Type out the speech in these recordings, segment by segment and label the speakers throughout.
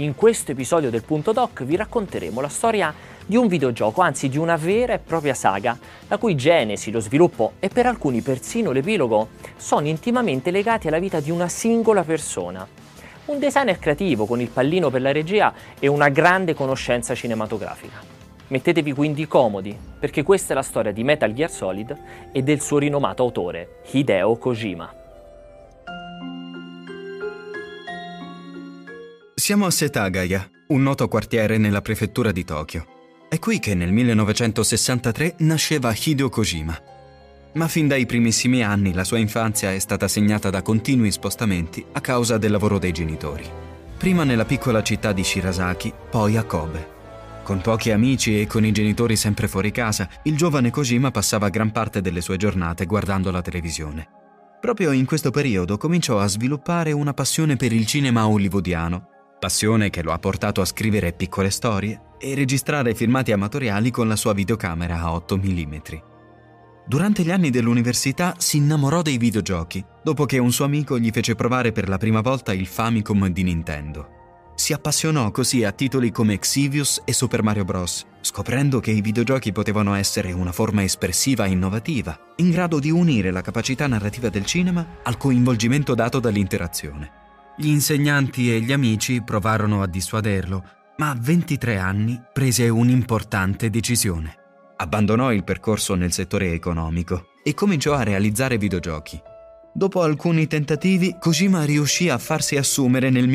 Speaker 1: In questo episodio del Punto Doc vi racconteremo la storia di un videogioco, anzi di una vera e propria saga, la cui genesi, lo sviluppo e per alcuni persino l'epilogo sono intimamente legati alla vita di una singola persona. Un designer creativo con il pallino per la regia e una grande conoscenza cinematografica. Mettetevi quindi comodi, perché questa è la storia di Metal Gear Solid e del suo rinomato autore, Hideo Kojima.
Speaker 2: Siamo a Setagaya, un noto quartiere nella prefettura di Tokyo. È qui che nel 1963 nasceva Hideo Kojima. Ma fin dai primissimi anni la sua infanzia è stata segnata da continui spostamenti a causa del lavoro dei genitori. Prima nella piccola città di Shirasaki, poi a Kobe. Con pochi amici e con i genitori sempre fuori casa, il giovane Kojima passava gran parte delle sue giornate guardando la televisione. Proprio in questo periodo cominciò a sviluppare una passione per il cinema hollywoodiano, passione che lo ha portato a scrivere piccole storie e registrare filmati amatoriali con la sua videocamera a 8 mm. Durante gli anni dell'università si innamorò dei videogiochi, dopo che un suo amico gli fece provare per la prima volta il Famicom di Nintendo. Si appassionò così a titoli come Xevious e Super Mario Bros., scoprendo che i videogiochi potevano essere una forma espressiva e innovativa, in grado di unire la capacità narrativa del cinema al coinvolgimento dato dall'interazione. Gli insegnanti e gli amici provarono a dissuaderlo, ma a 23 anni prese un'importante decisione. Abbandonò il percorso nel settore economico e cominciò a realizzare videogiochi. Dopo alcuni tentativi, Kojima riuscì a farsi assumere nel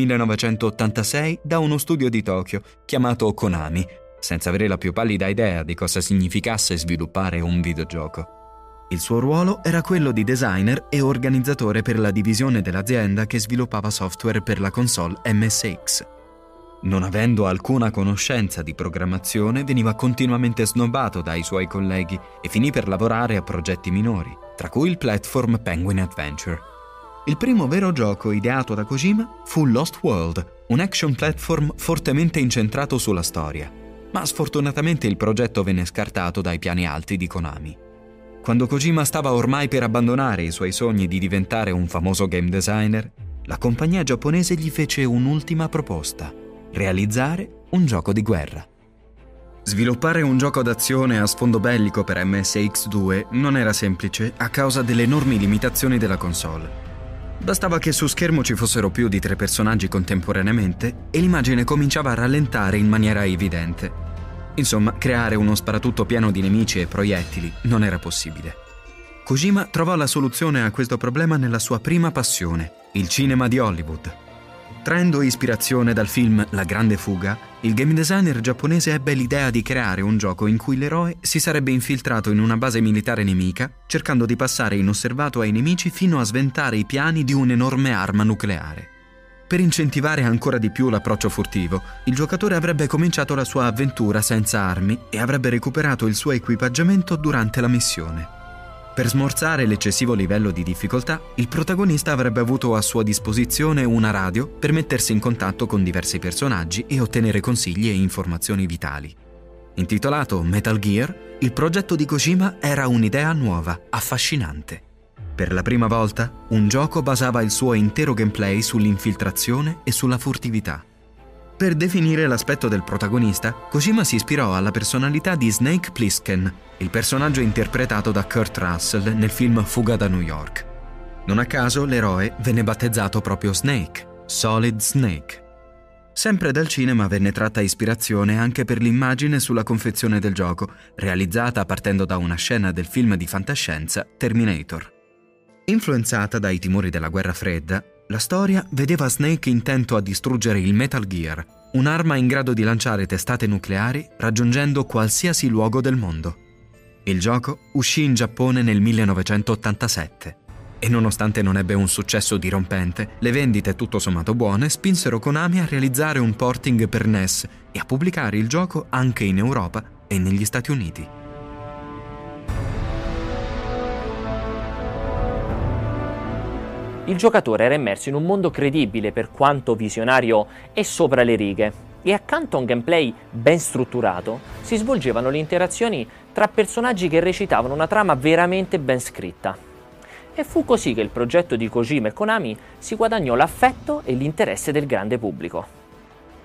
Speaker 2: 1986 da uno studio di Tokyo chiamato Konami, senza avere la più pallida idea di cosa significasse sviluppare un videogioco. Il suo ruolo era quello di designer e organizzatore per la divisione dell'azienda che sviluppava software per la console MSX. Non avendo alcuna conoscenza di programmazione, veniva continuamente snobbato dai suoi colleghi e finì per lavorare a progetti minori, tra cui il platform Penguin Adventure. Il primo vero gioco ideato da Kojima fu Lost World, un action platform fortemente incentrato sulla storia, ma sfortunatamente il progetto venne scartato dai piani alti di Konami. Quando Kojima stava ormai per abbandonare i suoi sogni di diventare un famoso game designer, la compagnia giapponese gli fece un'ultima proposta: realizzare un gioco di guerra. Sviluppare un gioco d'azione a sfondo bellico per MSX2 non era semplice a causa delle enormi limitazioni della console. Bastava che su schermo ci fossero più di 3 personaggi contemporaneamente e l'immagine cominciava a rallentare in maniera evidente. Insomma, creare uno sparatutto pieno di nemici e proiettili non era possibile. Kojima trovò la soluzione a questo problema nella sua prima passione, il cinema di Hollywood. Traendo ispirazione dal film La Grande Fuga, il game designer giapponese ebbe l'idea di creare un gioco in cui l'eroe si sarebbe infiltrato in una base militare nemica, cercando di passare inosservato ai nemici fino a sventare i piani di un'enorme arma nucleare. Per incentivare ancora di più l'approccio furtivo, il giocatore avrebbe cominciato la sua avventura senza armi e avrebbe recuperato il suo equipaggiamento durante la missione. Per smorzare l'eccessivo livello di difficoltà, il protagonista avrebbe avuto a sua disposizione una radio per mettersi in contatto con diversi personaggi e ottenere consigli e informazioni vitali. Intitolato Metal Gear, il progetto di Kojima era un'idea nuova, affascinante. Per la prima volta, un gioco basava il suo intero gameplay sull'infiltrazione e sulla furtività. Per definire l'aspetto del protagonista, Kojima si ispirò alla personalità di Snake Plissken, il personaggio interpretato da Kurt Russell nel film Fuga da New York. Non a caso l'eroe venne battezzato proprio Snake, Solid Snake. Sempre dal cinema venne tratta ispirazione anche per l'immagine sulla confezione del gioco, realizzata partendo da una scena del film di fantascienza Terminator. Influenzata dai timori della guerra fredda, la storia vedeva Snake intento a distruggere il Metal Gear, un'arma in grado di lanciare testate nucleari raggiungendo qualsiasi luogo del mondo. Il gioco uscì in Giappone nel 1987 e nonostante non ebbe un successo dirompente, le vendite tutto sommato buone spinsero Konami a realizzare un porting per NES e a pubblicare il gioco anche in Europa e negli Stati Uniti.
Speaker 1: Il giocatore era immerso in un mondo credibile per quanto visionario e sopra le righe, e accanto a un gameplay ben strutturato si svolgevano le interazioni tra personaggi che recitavano una trama veramente ben scritta. E fu così che il progetto di Kojima e Konami si guadagnò l'affetto e l'interesse del grande pubblico.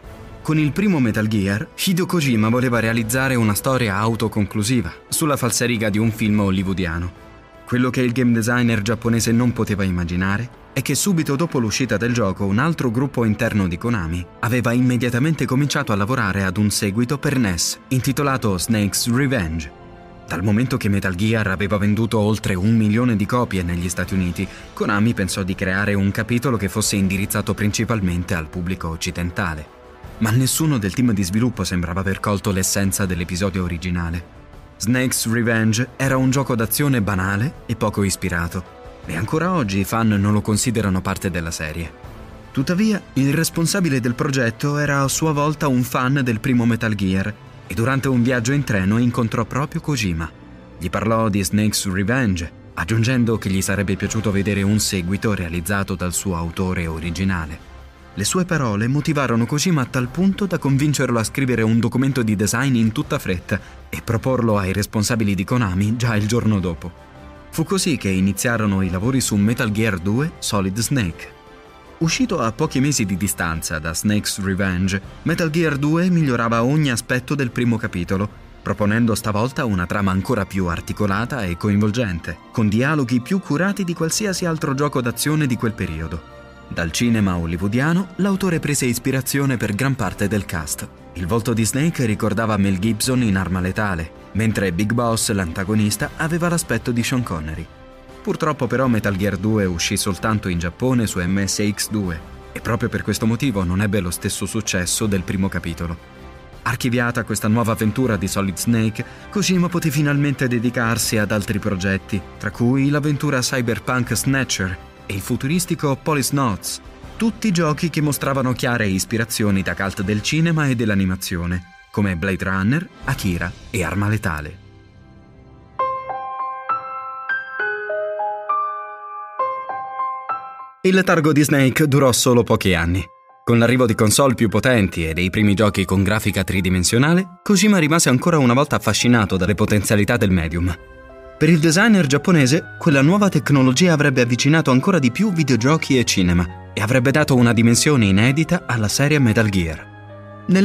Speaker 2: Con il primo Metal Gear, Hideo Kojima voleva realizzare una storia autoconclusiva, sulla falsariga di un film hollywoodiano. Quello che il game designer giapponese non poteva immaginare è che subito dopo l'uscita del gioco un altro gruppo interno di Konami aveva immediatamente cominciato a lavorare ad un seguito per NES, intitolato Snake's Revenge. Dal momento che Metal Gear aveva venduto oltre 1 milione di copie negli Stati Uniti, Konami pensò di creare un capitolo che fosse indirizzato principalmente al pubblico occidentale. Ma nessuno del team di sviluppo sembrava aver colto l'essenza dell'episodio originale. Snake's Revenge era un gioco d'azione banale e poco ispirato, e ancora oggi i fan non lo considerano parte della serie. Tuttavia, il responsabile del progetto era a sua volta un fan del primo Metal Gear, e durante un viaggio in treno incontrò proprio Kojima. Gli parlò di Snake's Revenge, aggiungendo che gli sarebbe piaciuto vedere un seguito realizzato dal suo autore originale. Le sue parole motivarono Kojima a tal punto da convincerlo a scrivere un documento di design in tutta fretta e proporlo ai responsabili di Konami già il giorno dopo. Fu così che iniziarono i lavori su Metal Gear 2 Solid Snake. Uscito a pochi mesi di distanza da Snake's Revenge, Metal Gear 2 migliorava ogni aspetto del primo capitolo, proponendo stavolta una trama ancora più articolata e coinvolgente, con dialoghi più curati di qualsiasi altro gioco d'azione di quel periodo. Dal cinema hollywoodiano, l'autore prese ispirazione per gran parte del cast. Il volto di Snake ricordava Mel Gibson in Arma Letale, mentre Big Boss, l'antagonista, aveva l'aspetto di Sean Connery. Purtroppo però Metal Gear 2 uscì soltanto in Giappone su MSX2 e proprio per questo motivo non ebbe lo stesso successo del primo capitolo. Archiviata questa nuova avventura di Solid Snake, Kojima poté finalmente dedicarsi ad altri progetti, tra cui l'avventura cyberpunk Snatcher e il futuristico Policenauts, tutti giochi che mostravano chiare ispirazioni da cult del cinema e dell'animazione, come Blade Runner, Akira e Arma Letale. Il letargo di Snake durò solo pochi anni. Con l'arrivo di console più potenti e dei primi giochi con grafica tridimensionale, Kojima rimase ancora una volta affascinato dalle potenzialità del medium. Per il designer giapponese, quella nuova tecnologia avrebbe avvicinato ancora di più videogiochi e cinema e avrebbe dato una dimensione inedita alla serie Metal Gear. Nel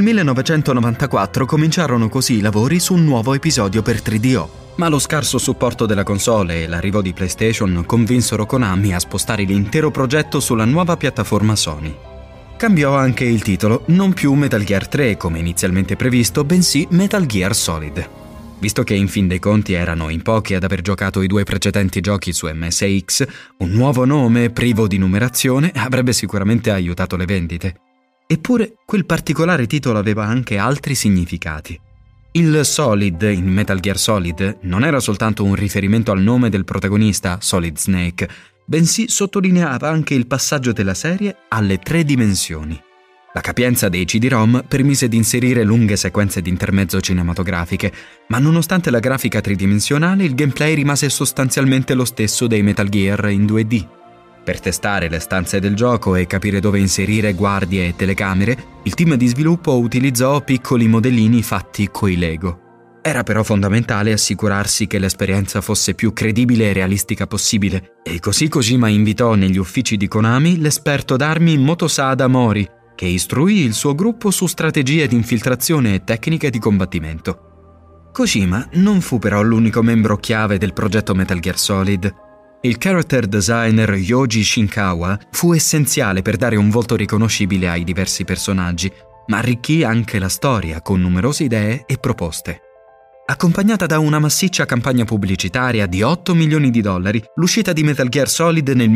Speaker 2: 1994 cominciarono così i lavori su un nuovo episodio per 3DO, ma lo scarso supporto della console e l'arrivo di PlayStation convinsero Konami a spostare l'intero progetto sulla nuova piattaforma Sony. Cambiò anche il titolo, non più Metal Gear 3 come inizialmente previsto, bensì Metal Gear Solid. Visto che in fin dei conti erano in pochi ad aver giocato i 2 precedenti giochi su MSX, un nuovo nome privo di numerazione avrebbe sicuramente aiutato le vendite. Eppure, quel particolare titolo aveva anche altri significati. Il Solid in Metal Gear Solid non era soltanto un riferimento al nome del protagonista, Solid Snake, bensì sottolineava anche il passaggio della serie alle 3 dimensioni. La capienza dei CD-ROM permise di inserire lunghe sequenze di intermezzo cinematografiche, ma nonostante la grafica tridimensionale il gameplay rimase sostanzialmente lo stesso dei Metal Gear in 2D. Per testare le stanze del gioco e capire dove inserire guardie e telecamere, il team di sviluppo utilizzò piccoli modellini fatti coi Lego. Era però fondamentale assicurarsi che l'esperienza fosse più credibile e realistica possibile, e così Kojima invitò negli uffici di Konami l'esperto d'armi Motosada Mori, che istruì il suo gruppo su strategie di infiltrazione e tecniche di combattimento. Kojima non fu però l'unico membro chiave del progetto Metal Gear Solid. Il character designer Yoji Shinkawa fu essenziale per dare un volto riconoscibile ai diversi personaggi, ma arricchì anche la storia con numerose idee e proposte. Accompagnata da una massiccia campagna pubblicitaria di $8 milioni, l'uscita di Metal Gear Solid nel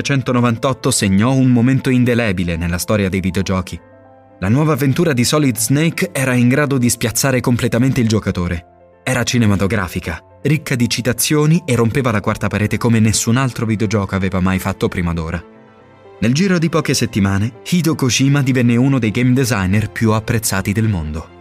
Speaker 2: 1998 segnò un momento indelebile nella storia dei videogiochi. La nuova avventura di Solid Snake era in grado di spiazzare completamente il giocatore. Era cinematografica, ricca di citazioni e rompeva la quarta parete come nessun altro videogioco aveva mai fatto prima d'ora. Nel giro di poche settimane, Hideo Kojima divenne uno dei game designer più apprezzati del mondo.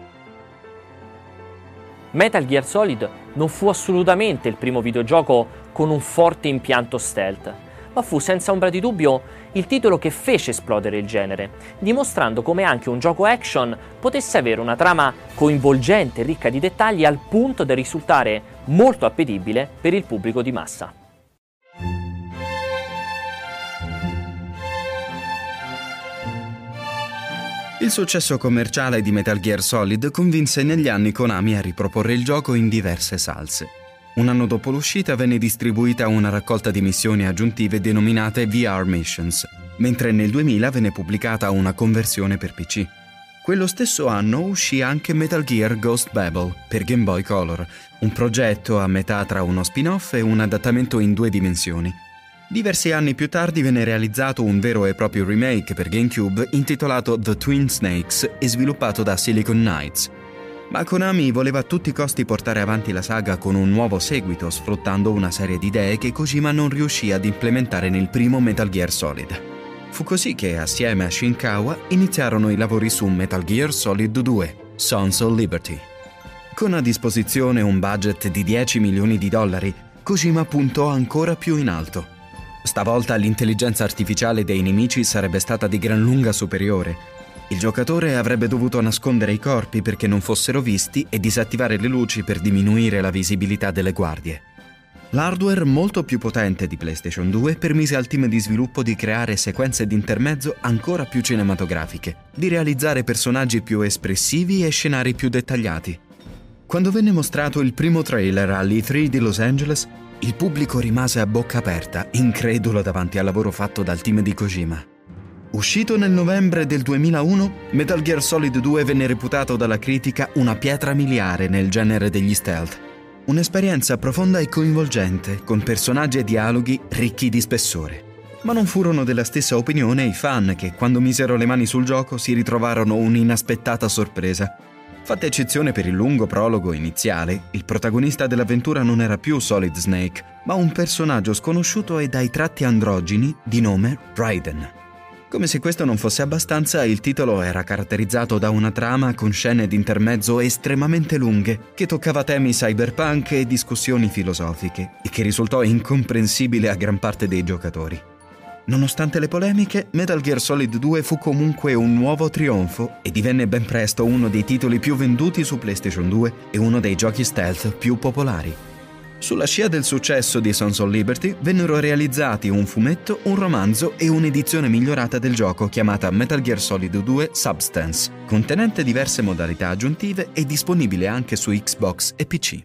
Speaker 1: Metal Gear Solid non fu assolutamente il primo videogioco con un forte impianto stealth, ma fu senza ombra di dubbio il titolo che fece esplodere il genere, dimostrando come anche un gioco action potesse avere una trama coinvolgente e ricca di dettagli al punto da risultare molto appetibile per il pubblico di massa.
Speaker 2: Il successo commerciale di Metal Gear Solid convinse negli anni Konami a riproporre il gioco in diverse salse. Un anno dopo l'uscita venne distribuita una raccolta di missioni aggiuntive denominate VR Missions, mentre nel 2000 venne pubblicata una conversione per PC. Quello stesso anno uscì anche Metal Gear Ghost Babel per Game Boy Color, un progetto a metà tra uno spin-off e un adattamento in 2 dimensioni. Diversi anni più tardi venne realizzato un vero e proprio remake per GameCube intitolato The Twin Snakes e sviluppato da Silicon Knights. Ma Konami voleva a tutti i costi portare avanti la saga con un nuovo seguito, sfruttando una serie di idee che Kojima non riuscì ad implementare nel primo Metal Gear Solid. Fu così che, assieme a Shinkawa, iniziarono i lavori su Metal Gear Solid 2, Sons of Liberty. Con a disposizione un budget di $10 milioni, Kojima puntò ancora più in alto. Stavolta l'intelligenza artificiale dei nemici sarebbe stata di gran lunga superiore. Il giocatore avrebbe dovuto nascondere i corpi perché non fossero visti e disattivare le luci per diminuire la visibilità delle guardie. L'hardware molto più potente di PlayStation 2 permise al team di sviluppo di creare sequenze d'intermezzo ancora più cinematografiche, di realizzare personaggi più espressivi e scenari più dettagliati. Quando venne mostrato il primo trailer all'E3 di Los Angeles, il pubblico rimase a bocca aperta, incredulo davanti al lavoro fatto dal team di Kojima. Uscito nel novembre del 2001, Metal Gear Solid 2 venne reputato dalla critica una pietra miliare nel genere degli stealth. Un'esperienza profonda e coinvolgente, con personaggi e dialoghi ricchi di spessore. Ma non furono della stessa opinione i fan che, quando misero le mani sul gioco, si ritrovarono un'inaspettata sorpresa. Fatta eccezione per il lungo prologo iniziale, il protagonista dell'avventura non era più Solid Snake, ma un personaggio sconosciuto e dai tratti androgini di nome Raiden. Come se questo non fosse abbastanza, il titolo era caratterizzato da una trama con scene d'intermezzo estremamente lunghe, che toccava temi cyberpunk e discussioni filosofiche, e che risultò incomprensibile a gran parte dei giocatori. Nonostante le polemiche, Metal Gear Solid 2 fu comunque un nuovo trionfo e divenne ben presto uno dei titoli più venduti su PlayStation 2 e uno dei giochi stealth più popolari. Sulla scia del successo di Sons of Liberty vennero realizzati un fumetto, un romanzo e un'edizione migliorata del gioco chiamata Metal Gear Solid 2 Substance, contenente diverse modalità aggiuntive e disponibile anche su Xbox e PC.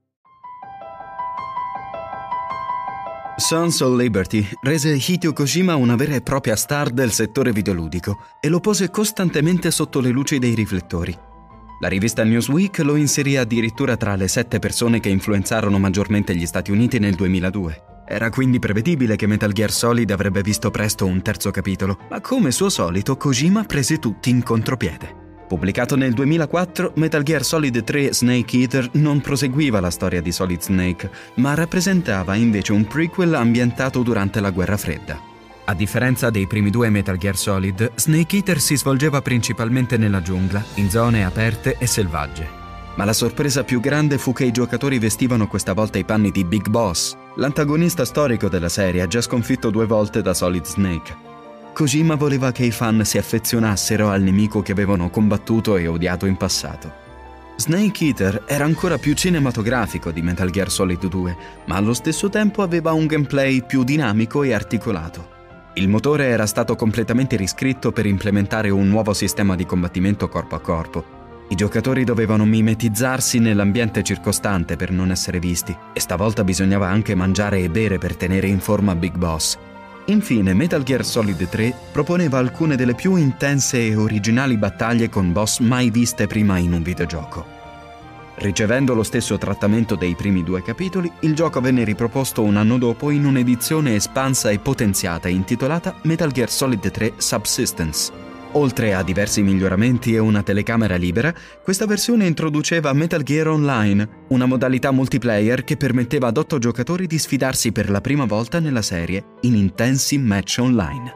Speaker 2: Sons of Liberty rese Hideo Kojima una vera e propria star del settore videoludico e lo pose costantemente sotto le luci dei riflettori. La rivista Newsweek lo inserì addirittura tra le 7 persone che influenzarono maggiormente gli Stati Uniti nel 2002. Era quindi prevedibile che Metal Gear Solid avrebbe visto presto un terzo capitolo, ma come suo solito Kojima prese tutti in contropiede. Pubblicato nel 2004, Metal Gear Solid 3 Snake Eater non proseguiva la storia di Solid Snake, ma rappresentava invece un prequel ambientato durante la Guerra Fredda. A differenza dei primi 2 Metal Gear Solid, Snake Eater si svolgeva principalmente nella giungla, in zone aperte e selvagge. Ma la sorpresa più grande fu che i giocatori vestivano questa volta i panni di Big Boss, l'antagonista storico della serie, già sconfitto 2 volte da Solid Snake. Kojima voleva che i fan si affezionassero al nemico che avevano combattuto e odiato in passato. Snake Eater era ancora più cinematografico di Metal Gear Solid 2, ma allo stesso tempo aveva un gameplay più dinamico e articolato. Il motore era stato completamente riscritto per implementare un nuovo sistema di combattimento corpo a corpo. I giocatori dovevano mimetizzarsi nell'ambiente circostante per non essere visti, e stavolta bisognava anche mangiare e bere per tenere in forma Big Boss. Infine, Metal Gear Solid 3 proponeva alcune delle più intense e originali battaglie con boss mai viste prima in un videogioco. Ricevendo lo stesso trattamento dei primi 2 capitoli, il gioco venne riproposto un anno dopo in un'edizione espansa e potenziata intitolata Metal Gear Solid 3 Subsistence. Oltre a diversi miglioramenti e una telecamera libera, questa versione introduceva Metal Gear Online, una modalità multiplayer che permetteva ad 8 giocatori di sfidarsi per la prima volta nella serie in intensi match online.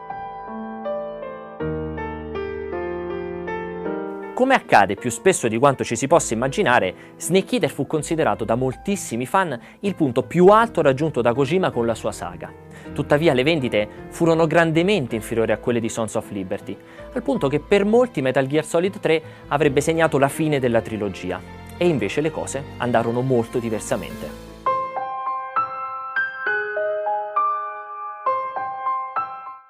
Speaker 1: Come accade più spesso di quanto ci si possa immaginare, Snake Eater fu considerato da moltissimi fan il punto più alto raggiunto da Kojima con la sua saga. Tuttavia le vendite furono grandemente inferiori a quelle di Sons of Liberty, al punto che per molti Metal Gear Solid 3 avrebbe segnato la fine della trilogia. E invece le cose andarono molto diversamente.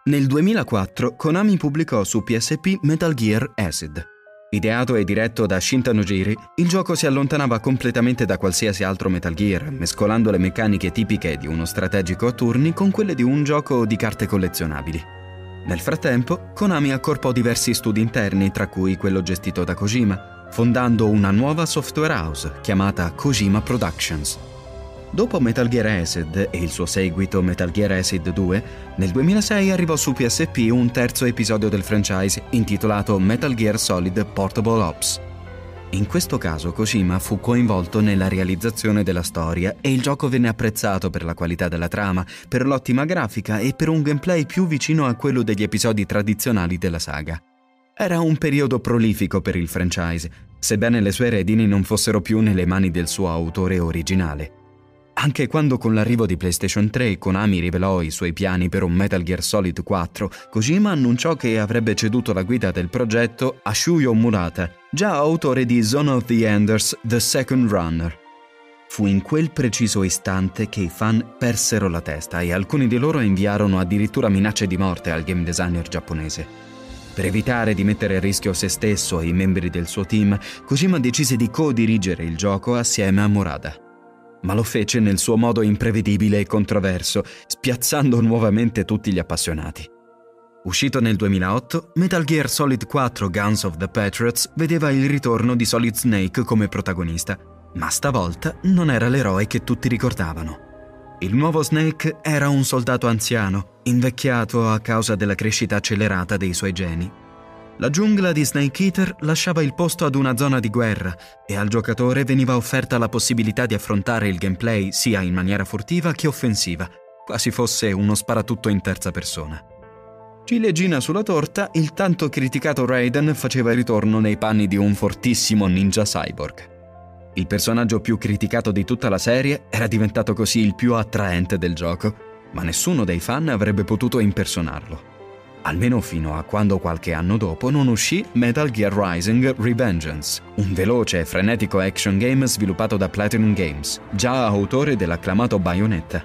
Speaker 2: Nel 2004 Konami pubblicò su PSP Metal Gear Acid. Ideato e diretto da Shin Tanojiri, il gioco si allontanava completamente da qualsiasi altro Metal Gear, mescolando le meccaniche tipiche di uno strategico a turni con quelle di un gioco di carte collezionabili. Nel frattempo, Konami accorpò diversi studi interni, tra cui quello gestito da Kojima, fondando una nuova software house chiamata Kojima Productions. Dopo Metal Gear Acid e il suo seguito Metal Gear Acid 2, nel 2006 arrivò su PSP un terzo episodio del franchise intitolato Metal Gear Solid Portable Ops. In questo caso Kojima fu coinvolto nella realizzazione della storia e il gioco venne apprezzato per la qualità della trama, per l'ottima grafica e per un gameplay più vicino a quello degli episodi tradizionali della saga. Era un periodo prolifico per il franchise, sebbene le sue redini non fossero più nelle mani del suo autore originale. Anche quando con l'arrivo di PlayStation 3 Konami rivelò i suoi piani per un Metal Gear Solid 4, Kojima annunciò che avrebbe ceduto la guida del progetto a Shuyo Murata, già autore di Zone of the Enders The Second Runner. Fu in quel preciso istante che i fan persero la testa e alcuni di loro inviarono addirittura minacce di morte al game designer giapponese. Per evitare di mettere a rischio se stesso e i membri del suo team, Kojima decise di co-dirigere il gioco assieme a Murata. Ma lo fece nel suo modo imprevedibile e controverso, spiazzando nuovamente tutti gli appassionati. Uscito nel 2008, Metal Gear Solid 4 Guns of the Patriots vedeva il ritorno di Solid Snake come protagonista, ma stavolta non era l'eroe che tutti ricordavano. Il nuovo Snake era un soldato anziano, invecchiato a causa della crescita accelerata dei suoi geni. La giungla di Snake Eater lasciava il posto ad una zona di guerra e al giocatore veniva offerta la possibilità di affrontare il gameplay sia in maniera furtiva che offensiva, quasi fosse uno sparatutto in terza persona. Ciliegina sulla torta, il tanto criticato Raiden faceva ritorno nei panni di un fortissimo ninja cyborg. Il personaggio più criticato di tutta la serie era diventato così il più attraente del gioco, ma nessuno dei fan avrebbe potuto impersonarlo. Almeno fino a quando qualche anno dopo non uscì Metal Gear Rising Revengeance, un veloce e frenetico action game sviluppato da Platinum Games, già autore dell'acclamato Bayonetta.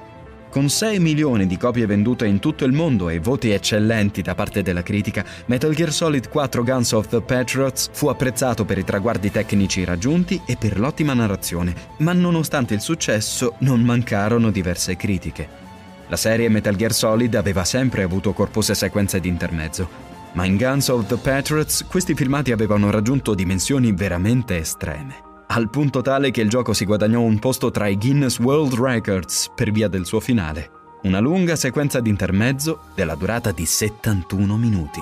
Speaker 2: Con 6 milioni di copie vendute in tutto il mondo e voti eccellenti da parte della critica, Metal Gear Solid 4 Guns of the Patriots fu apprezzato per i traguardi tecnici raggiunti e per l'ottima narrazione, ma nonostante il successo non mancarono diverse critiche. La serie Metal Gear Solid aveva sempre avuto corpose sequenze di intermezzo, ma in Guns of the Patriots questi filmati avevano raggiunto dimensioni veramente estreme, al punto tale che il gioco si guadagnò un posto tra i Guinness World Records per via del suo finale, una lunga sequenza di intermezzo della durata di 71 minuti.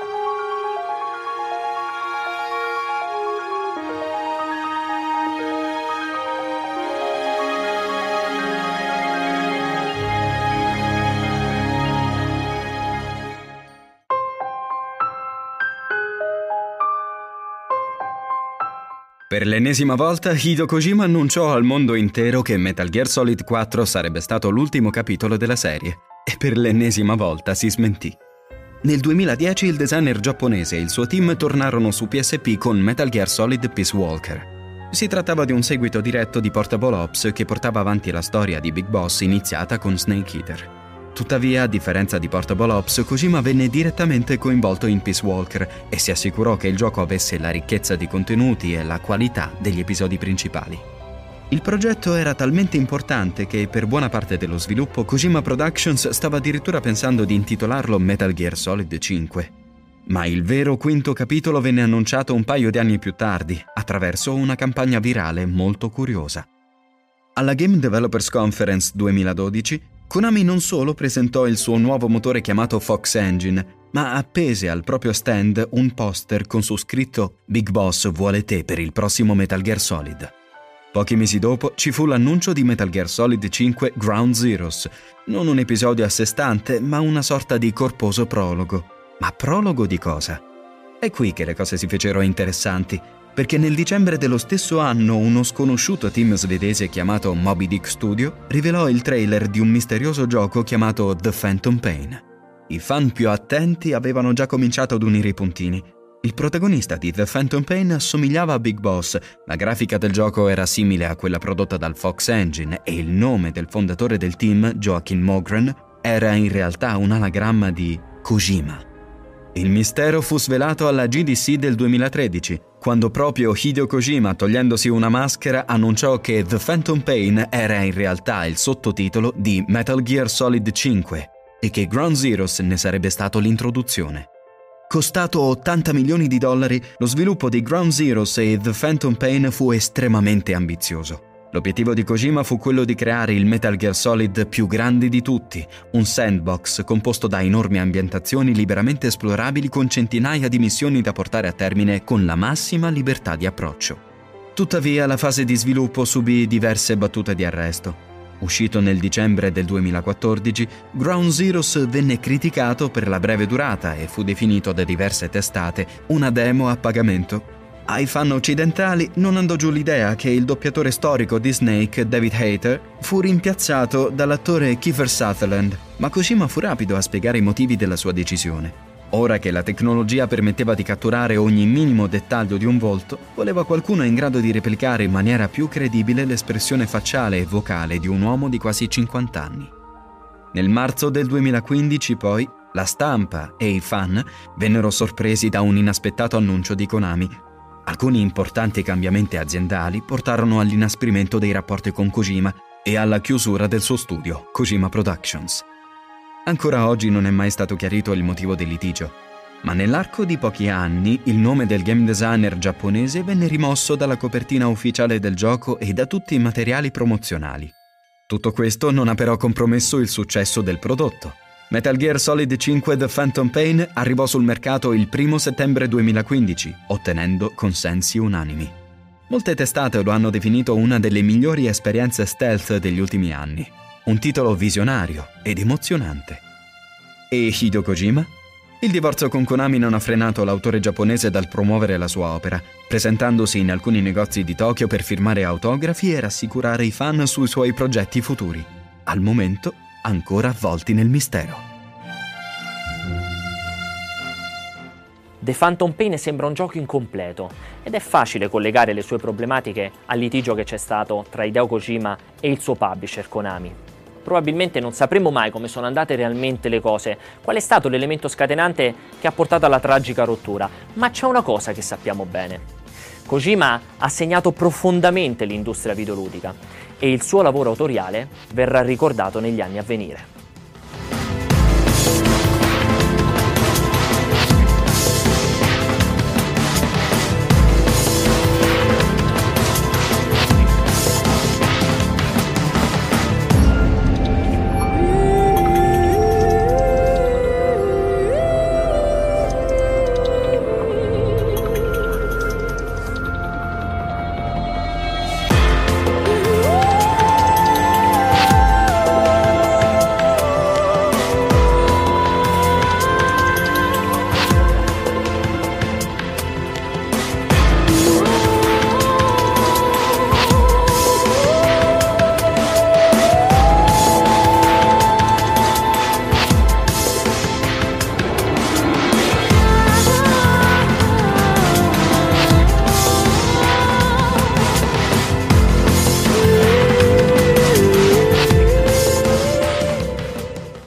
Speaker 2: Per l'ennesima volta Hideo Kojima annunciò al mondo intero che Metal Gear Solid 4 sarebbe stato l'ultimo capitolo della serie, e per l'ennesima volta si smentì. Nel 2010 il designer giapponese e il suo team tornarono su PSP con Metal Gear Solid Peace Walker. Si trattava di un seguito diretto di Portable Ops che portava avanti la storia di Big Boss iniziata con Snake Eater. Tuttavia, a differenza di Portable Ops, Kojima venne direttamente coinvolto in Peace Walker e si assicurò che il gioco avesse la ricchezza di contenuti e la qualità degli episodi principali. Il progetto era talmente importante che per buona parte dello sviluppo Kojima Productions stava addirittura pensando di intitolarlo Metal Gear Solid 5. Ma il vero quinto capitolo venne annunciato un paio di anni più tardi, attraverso una campagna virale molto curiosa. Alla Game Developers Conference 2012, Konami non solo presentò il suo nuovo motore chiamato Fox Engine, ma appese al proprio stand un poster con su scritto «Big Boss vuole te per il prossimo Metal Gear Solid». Pochi mesi dopo ci fu l'annuncio di Metal Gear Solid 5 Ground Zeroes, non un episodio a sé stante, ma una sorta di corposo prologo. Ma prologo di cosa? È qui che le cose si fecero interessanti, perché nel dicembre dello stesso anno uno sconosciuto team svedese chiamato Moby Dick Studio rivelò il trailer di un misterioso gioco chiamato The Phantom Pain. I fan più attenti avevano già cominciato ad unire i puntini. Il protagonista di The Phantom Pain assomigliava a Big Boss, la grafica del gioco era simile a quella prodotta dal Fox Engine e il nome del fondatore del team, Joachim Mogren, era in realtà un anagramma di Kojima. Il mistero fu svelato alla GDC del 2013, quando proprio Hideo Kojima, togliendosi una maschera, annunciò che The Phantom Pain era in realtà il sottotitolo di Metal Gear Solid 5 e che Ground Zeroes ne sarebbe stato l'introduzione. Costato $80 milioni, lo sviluppo di Ground Zeroes e The Phantom Pain fu estremamente ambizioso. L'obiettivo di Kojima fu quello di creare il Metal Gear Solid più grande di tutti, un sandbox composto da enormi ambientazioni liberamente esplorabili con centinaia di missioni da portare a termine con la massima libertà di approccio. Tuttavia, la fase di sviluppo subì diverse battute di arresto. Uscito nel dicembre del 2014, Ground Zeroes venne criticato per la breve durata e fu definito da diverse testate una demo a pagamento. Ai fan occidentali non andò giù l'idea che il doppiatore storico di Snake, David Hayter, fu rimpiazzato dall'attore Kiefer Sutherland, ma Kojima fu rapido a spiegare i motivi della sua decisione. Ora che la tecnologia permetteva di catturare ogni minimo dettaglio di un volto, voleva qualcuno in grado di replicare in maniera più credibile l'espressione facciale e vocale di un uomo di quasi 50 anni. Nel marzo del 2015, poi, la stampa e i fan vennero sorpresi da un inaspettato annuncio di Konami. Alcuni importanti cambiamenti aziendali portarono all'inasprimento dei rapporti con Kojima e alla chiusura del suo studio, Kojima Productions. Ancora oggi non è mai stato chiarito il motivo del litigio, ma nell'arco di pochi anni il nome del game designer giapponese venne rimosso dalla copertina ufficiale del gioco e da tutti i materiali promozionali. Tutto questo non ha però compromesso il successo del prodotto. Metal Gear Solid 5 The Phantom Pain arrivò sul mercato il 1 settembre 2015, ottenendo consensi unanimi. Molte testate lo hanno definito una delle migliori esperienze stealth degli ultimi anni, un titolo visionario ed emozionante. E Hideo Kojima? Il divorzio con Konami non ha frenato l'autore giapponese dal promuovere la sua opera, presentandosi in alcuni negozi di Tokyo per firmare autografi e rassicurare i fan sui suoi progetti futuri. Al momento, ancora avvolti nel mistero.
Speaker 1: The Phantom Pain sembra un gioco incompleto ed è facile collegare le sue problematiche al litigio che c'è stato tra Hideo Kojima e il suo publisher Konami. Probabilmente non sapremo mai come sono andate realmente le cose, qual è stato l'elemento scatenante che ha portato alla tragica rottura, ma c'è una cosa che sappiamo bene. Kojima ha segnato profondamente l'industria videoludica e il suo lavoro autoriale verrà ricordato negli anni a venire.